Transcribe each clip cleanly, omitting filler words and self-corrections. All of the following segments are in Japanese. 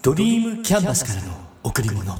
ドリームキャンバスからの贈り物。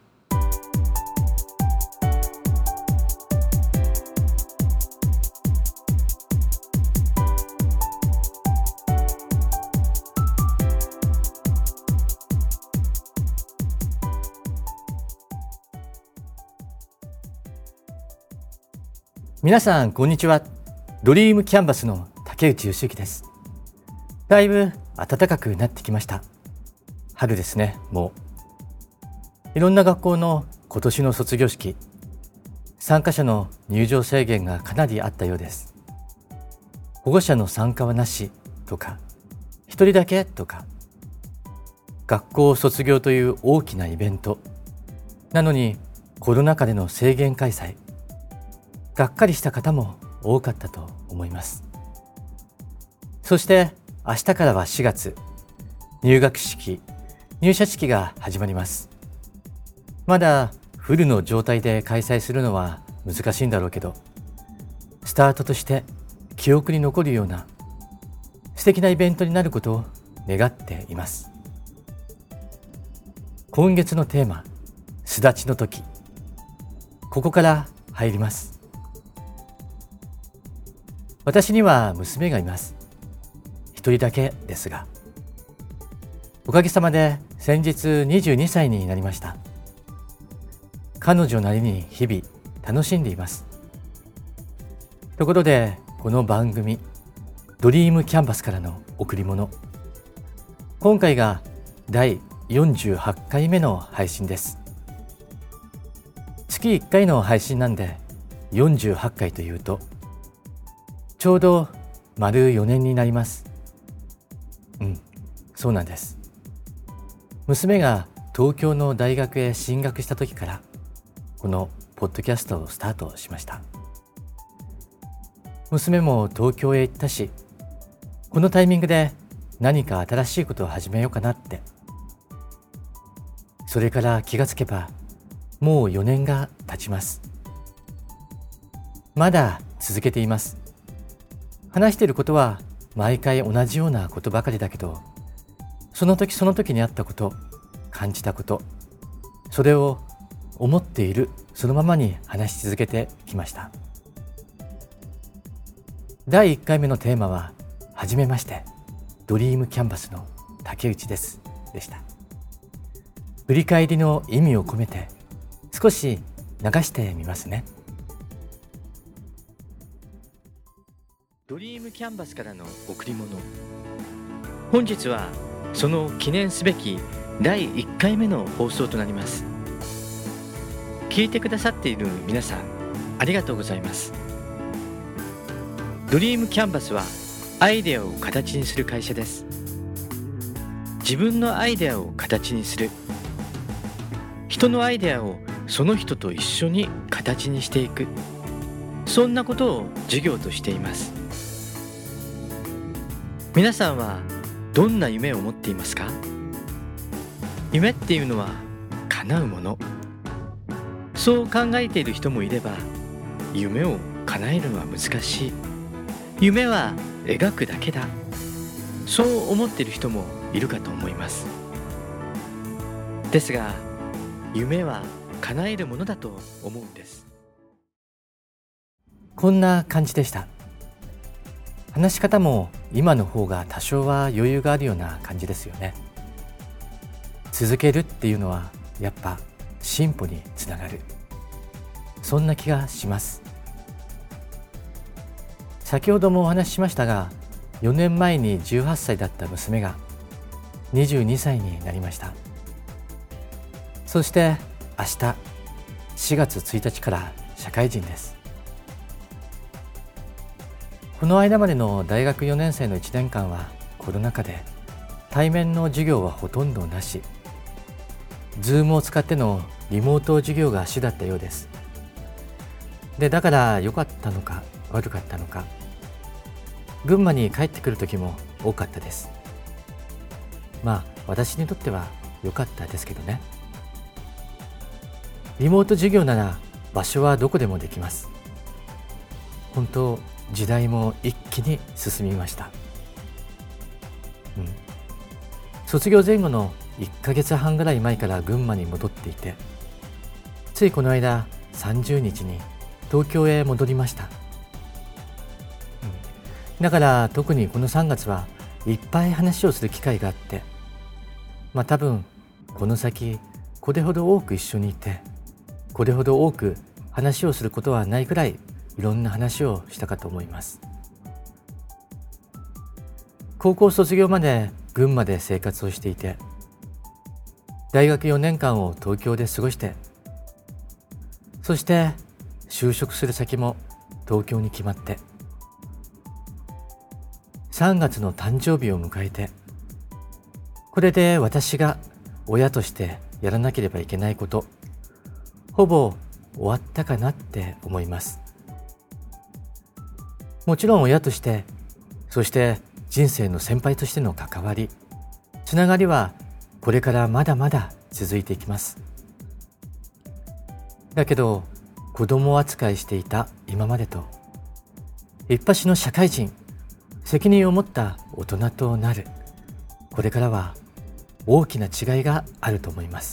皆さんこんにちは。ドリームキャンバスの竹内義之です。だいぶ暖かくなってきました。春ですね。もういろんな学校の今年の卒業式、参加者の入場制限がかなりあったようです。保護者の参加はなしとか、一人だけとか、学校卒業という大きなイベントなのにコロナ禍での制限開催、がっかりした方も多かったと思います。そして明日からは4月、入学式、入社式が始まります。まだフルの状態で開催するのは難しいんだろうけど、スタートとして記憶に残るような素敵なイベントになることを願っています。今月のテーマ、巣立ちの時、ここから入ります。私には娘がいます。一人だけですが、おかげさまで先日22歳になりました。彼女なりに日々楽しんでいます。ところでこの番組ドリームキャンバスからの贈り物、今回が第48回目の配信です。月1回の配信なんで48回というとちょうど丸4年になります。そうなんです。娘が東京の大学へ進学した時からこのポッドキャストをスタートしました。娘も東京へ行ったし、このタイミングで何か新しいことを始めようかなって。それから気がつけばもう4年が経ちます。まだ続けています。話していることは毎回同じようなことばかりだけど、その時その時にあったこと、感じたこと、それを思っているそのままに話し続けてきました。第1回目のテーマは、はじめまして、ドリームキャンバスの竹内ですでした。振り返りの意味を込めて少し流してみますね。ドリームキャンバスからの贈り物。本日はその記念すべき第1回目の放送となります。聞いてくださっている皆さん、ありがとうございます。ドリームキャンバスはアイデアを形にする会社です。自分のアイデアを形にする、人のアイデアをその人と一緒に形にしていく、そんなことを事業としています。皆さんはどんな夢を持っていますか？夢っていうのは叶うもの。そう考えている人もいれば、夢を叶えるのは難しい。夢は描くだけだ。そう思っている人もいるかと思います。ですが、夢は叶えるものだと思うんです。こんな感じでした。話し方も今の方が多少は余裕があるような感じですよね。続けるっていうのはやっぱ進歩につながる、そんな気がします。先ほどもお話ししましたが、4年前に18歳だった娘が22歳になりました。そして明日4月1日から社会人です。この間までの大学4年生の1年間はコロナ禍で対面の授業はほとんどなし、Zoom を使ってのリモート授業が主だったようです。で、だから良かったのか悪かったのか、群馬に帰ってくる時も多かったです。まあ私にとっては良かったですけどね。リモート授業なら場所はどこでもできます。本当時代も一気に進みました。卒業前後の 1ヶ月半ぐらい前から群馬に戻っていて、ついこの間30日に東京へ戻りました。だから特にこの3月はいっぱい話をする機会があって、多分この先これほど多く一緒にいて、これほど多く話をすることはないくらいいろんな話をしたかと思います。高校卒業まで群馬で生活をしていて、大学4年間を東京で過ごして、そして就職する先も東京に決まって、3月の誕生日を迎えて、これで私が親としてやらなければいけないこと、ほぼ終わったかなって思います。もちろん親として、そして人生の先輩としての関わり、つながりはこれからまだまだ続いていきます。だけど子供扱いしていた今までと、一発の社会人、責任を持った大人となる、これからは大きな違いがあると思います。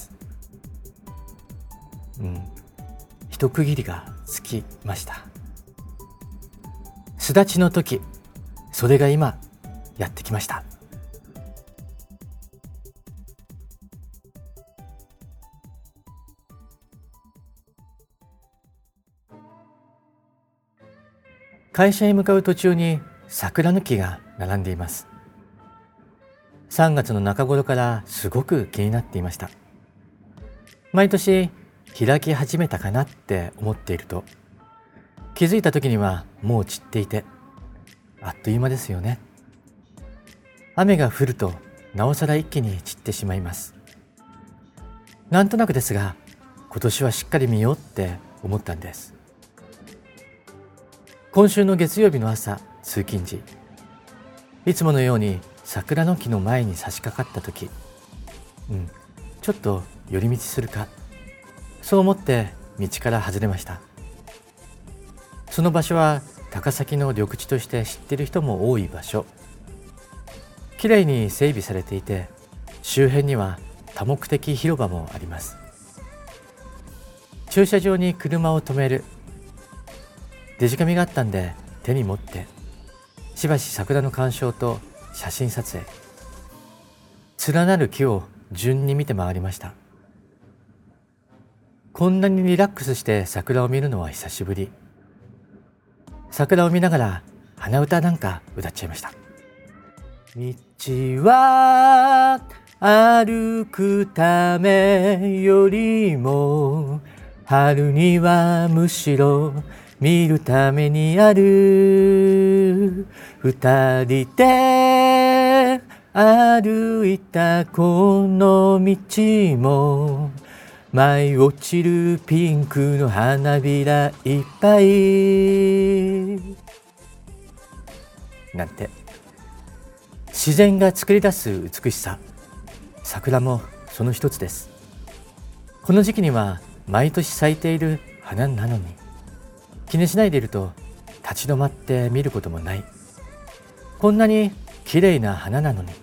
一区切りがつきました。巣立ちの時、それが今やってきました。会社へ向かう途中に桜の木が並んでいます。3月の中頃からすごく気になっていました。毎年開き始めたかなって思っていると、気づいた時にはもう散っていて、あっという間ですよね。雨が降るとなおさら一気に散ってしまいます。なんとなくですが、今年はしっかり見ようって思ったんです。今週の月曜日の朝、通勤時、いつものように桜の木の前に差し掛かった時、ちょっと寄り道するか、そう思って道から外れました。その場所は高崎の緑地として知っている人も多い場所。きれいに整備されていて、周辺には多目的広場もあります。駐車場に車を止める。デジカメがあったんで手に持って、しばし桜の鑑賞と写真撮影。連なる木を順に見て回りました。こんなにリラックスして桜を見るのは久しぶり。桜を見ながら鼻歌なんか歌っちゃいました。道は歩くためよりも、春にはむしろ見るためにある。二人で歩いたこの道も、舞い落ちるピンクの花びらいっぱいなんて、自然が作り出す美しさ、桜もその一つです。この時期には毎年咲いている花なのに、気にしないでいると立ち止まって見ることもない、こんなに綺麗な花なのに。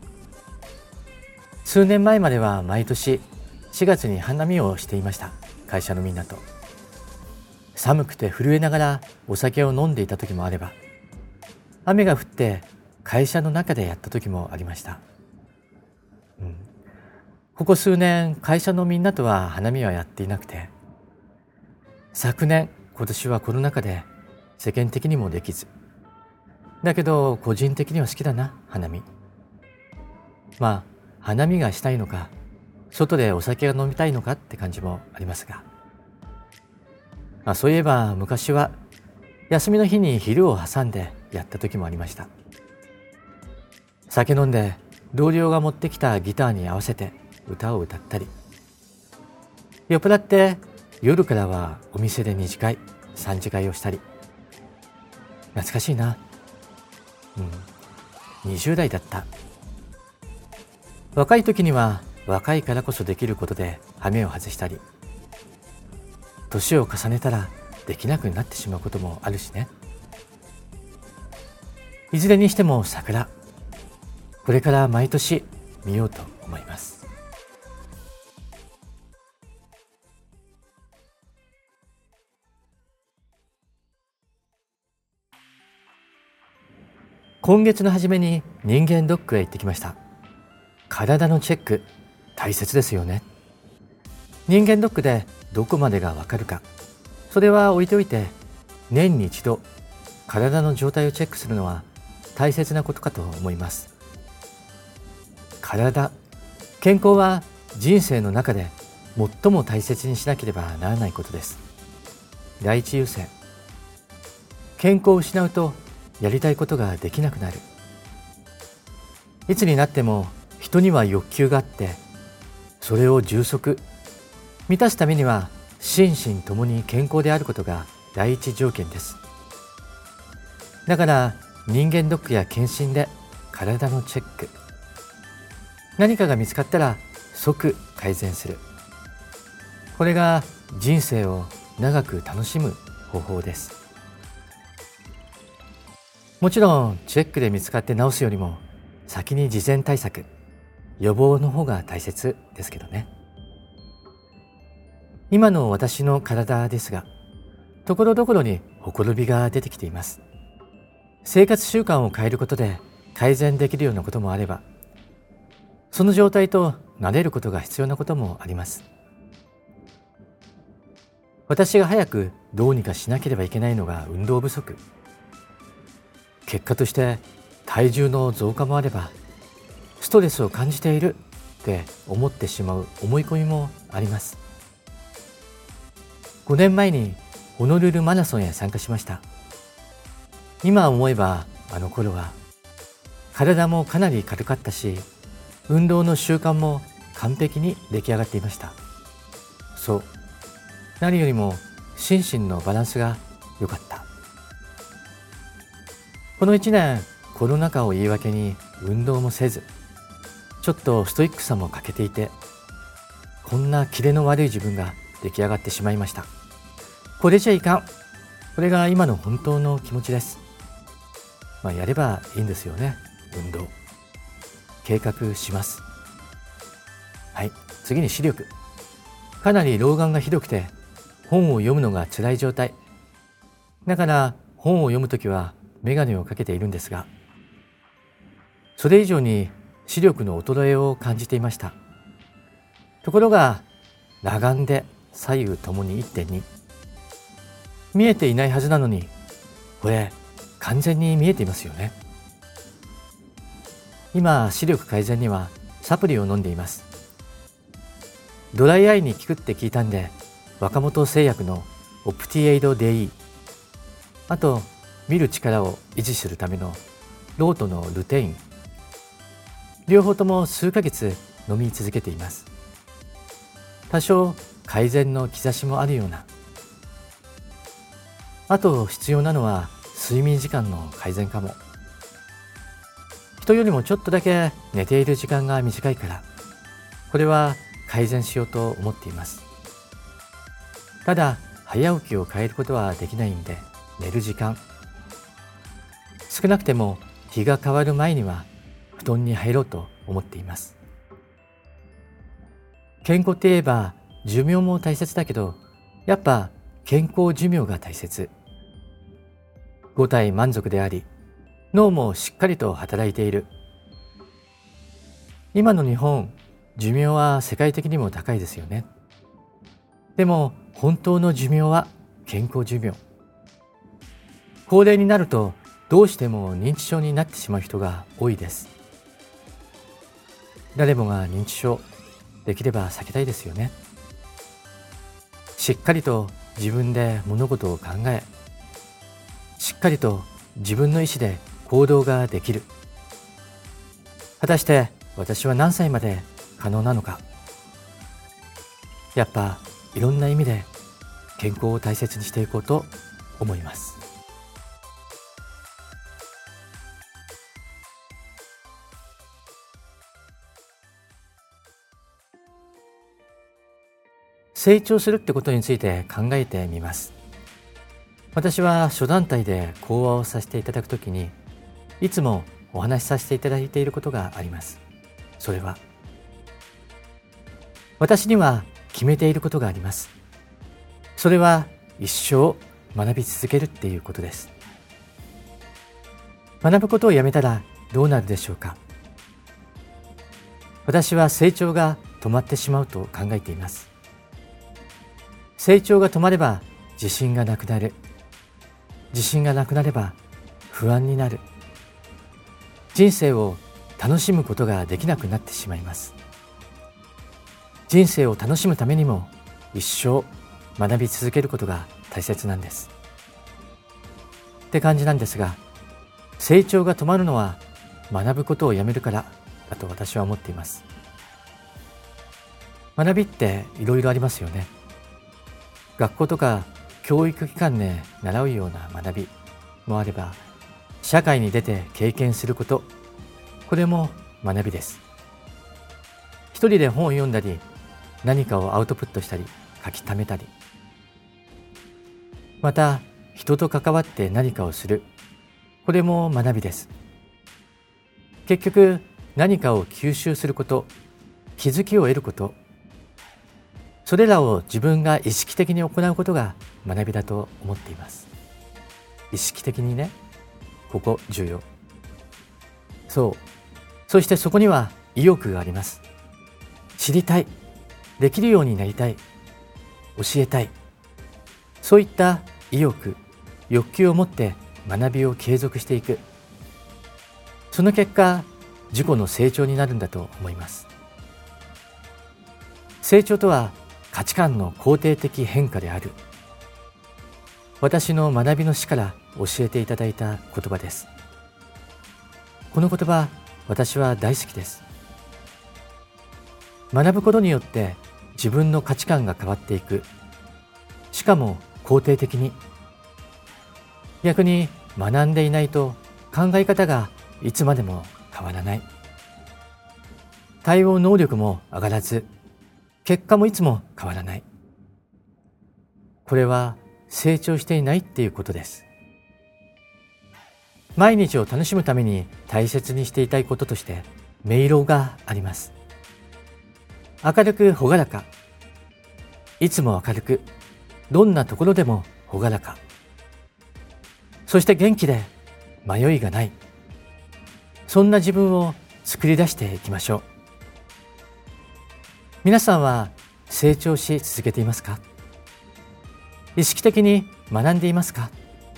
数年前までは毎年4月に花見をしていました。会社のみんなと。寒くて震えながらお酒を飲んでいた時もあれば、雨が降って会社の中でやった時もありました。ここ数年会社のみんなとは花見はやっていなくて、昨年今年はコロナ禍で世間的にもできず、だけど個人的には好きだな、花見。花見がしたいのか、外でお酒が飲みたいのかって感じもありますが、そういえば昔は休みの日に昼を挟んでやった時もありました。酒飲んで同僚が持ってきたギターに合わせて歌を歌ったり、酔っ払って夜からはお店で2次会3次会をしたり。懐かしいな。20代だった。若い時には若いからこそできることで羽目を外したり、年を重ねたらできなくなってしまうこともあるしね。いずれにしても桜、これから毎年見ようと思います。 今月の初めに人間ドックへ行ってきました。体のチェック、大切ですよね。人間ドックでどこまでがわかるか、それは置いておいて、年に一度体の状態をチェックするのは大切なことかと思います。健康は人生の中で最も大切にしなければならないことです。第一優先。健康を失うとやりたいことができなくなる。いつになっても人には欲求があって、それを充足満たすためには心身ともに健康であることが第一条件です。だから人間ドックや検診で体のチェック、何かが見つかったら即改善する、これが人生を長く楽しむ方法です。もちろんチェックで見つかって治すよりも先に事前対策、予防の方が大切ですけどね。今の私の体ですが、ところどころにほころびが出てきています。生活習慣を変えることで改善できるようなこともあれば、その状態と慣れることが必要なこともあります。私が早くどうにかしなければいけないのが運動不足。結果として体重の増加もあれば、ストレスを感じているって思ってしまう思い込みもあります。5年前にホノルルマラソンへ参加しました。今思えばあの頃は体もかなり軽かったし、運動の習慣も完璧に出来上がっていました。そう、何よりも心身のバランスが良かった。この1年、コロナ禍を言い訳に運動もせず、ちょっとストイックさも欠けていて、こんなキレの悪い自分が出来上がってしまいました。これじゃいかん。これが今の本当の気持ちです。やればいいんですよね、運動。計画します。はい、次に視力。かなり老眼がひどくて、本を読むのが辛い状態。だから本を読むときは眼鏡をかけているんですが、それ以上に視力の衰えを感じていました。ところが裸眼で左右ともに 1.2、 見えていないはずなのに、これ完全に見えていますよね。今視力改善にはサプリを飲んでいます。ドライアイに効くって聞いたんで、若本製薬のオプティエイド DE、 あと見る力を維持するためのロートのルテイン、両方とも数ヶ月飲み続けています。多少改善の兆しもあるような。あと必要なのは睡眠時間の改善かも。人よりもちょっとだけ寝ている時間が短いから、これは改善しようと思っています。ただ早起きを変えることはできないんで、寝る時間、少なくても日が変わる前には布団に入ろうと思っています。健康って言えば寿命も大切だけど、やっぱ健康寿命が大切。五体満足であり、脳もしっかりと働いている。今の日本、寿命は世界的にも高いですよね。でも本当の寿命は健康寿命。高齢になるとどうしても認知症になってしまう人が多いです。誰もが認知症、できれば避けたいですよね。しっかりと自分で物事を考え、しっかりと自分の意思で行動ができる。果たして私は何歳まで可能なのか。やっぱいろんな意味で健康を大切にしていこうと思います。成長するってことについて考えてみます。私は諸団体で講話をさせていただくときに、いつもお話しさせていただいていることがあります。それは、私には決めていることがあります。それは一生学び続けるっていうことです。 学ぶことをやめたらどうなるでしょうか。私は成長が止まってしまうと考えています。成長が止まれば自信がなくなる。自信がなくなれば不安になる。人生を楽しむことができなくなってしまいます。人生を楽しむためにも一生学び続けることが大切なんです。って感じなんですが、成長が止まるのは学ぶことをやめるからだと私は思っています。学びっていろいろありますよね。学校とか教育機関で習うような学びもあれば、社会に出て経験すること、これも学びです。一人で本を読んだり、何かをアウトプットしたり書き溜めたり、また人と関わって何かをする、これも学びです。結局何かを吸収すること、気づきを得ること、それらを自分が意識的に行うことが学びだと思っています。意識的にね、ここ重要。そう。そしてそこには意欲があります。知りたい。できるようになりたい。教えたい。そういった意欲、欲求を持って学びを継続していく。その結果、自己の成長になるんだと思います。成長とは価値観の肯定的変化である。私の学びの師から教えていただいた言葉です。この言葉、私は大好きです。学ぶことによって自分の価値観が変わっていく。しかも肯定的に。逆に学んでいないと考え方がいつまでも変わらない。対応能力も上がらず、結果もいつも変わらない。これは成長していないっていうことです。毎日を楽しむために大切にしていたいこととして明朗があります。明るく朗らか。いつも明るく、どんなところでも朗らか。そして元気で迷いがない。そんな自分を作り出していきましょう。皆さんは成長し続けていますか？意識的に学んでいますか？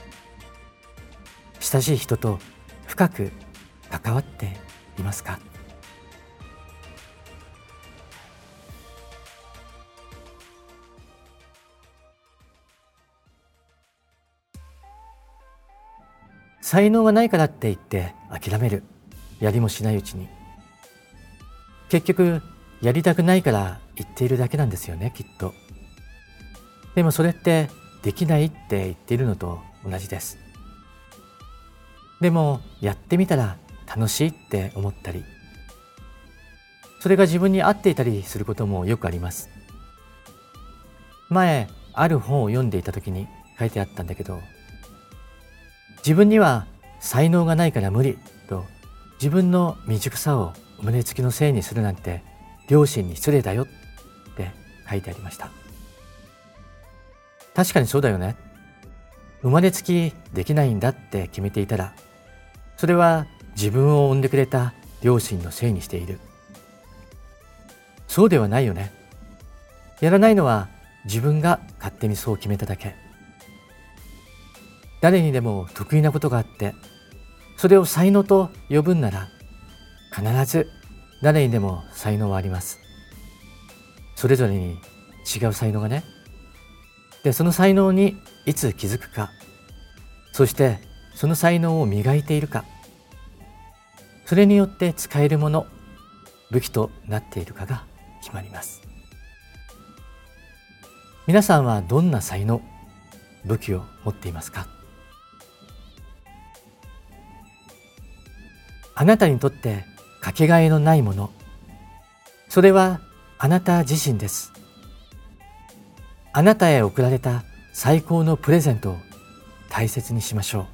親しい人と深く関わっていますか？才能がないからって言って諦める。やりもしないうちに。結局やりたくないから言っているだけなんですよね、きっと。でもそれってできないって言っているのと同じです。でもやってみたら楽しいって思ったり、それが自分に合っていたりすることもよくあります。前ある本を読んでいた時に書いてあったんだけど、自分には才能がないから無理と自分の未熟さを生まれつきのせいにするなんて両親に失礼だよって書いてありました。確かにそうだよね。生まれつきできないんだって決めていたら、それは自分を産んでくれた両親のせいにしている。そうではないよね。やらないのは自分が勝手にそう決めただけ。誰にでも得意なことがあって、それを才能と呼ぶんなら、必ず誰にでも才能はあります。それぞれに違う才能がね。で、その才能にいつ気づくか、そしてその才能を磨いているか、それによって使えるもの、武器となっているかが決まります。皆さんはどんな才能、武器を持っていますか？あなたにとってかけがえのないもの、それはあなた自身です。あなたへ贈られた最高のプレゼントを大切にしましょう。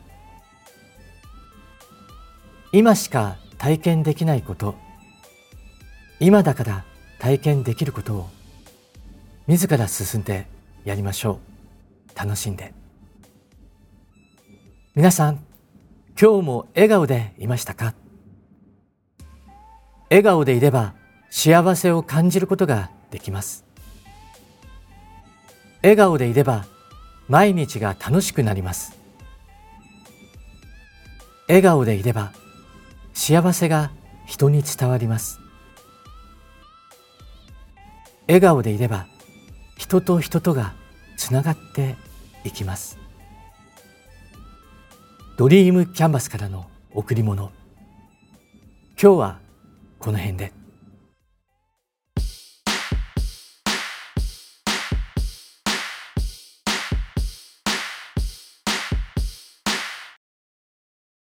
今しか体験できないこと、今だから体験できることを自ら進んでやりましょう。楽しんで。皆さん、 今日も笑顔でいましたか？笑顔でいれば幸せを感じることができます。笑顔でいれば毎日が楽しくなります。笑顔でいれば幸せが人に伝わります。笑顔でいれば人と人とがつながっていきます。ドリームキャンバスからの贈り物、今日はこの辺で。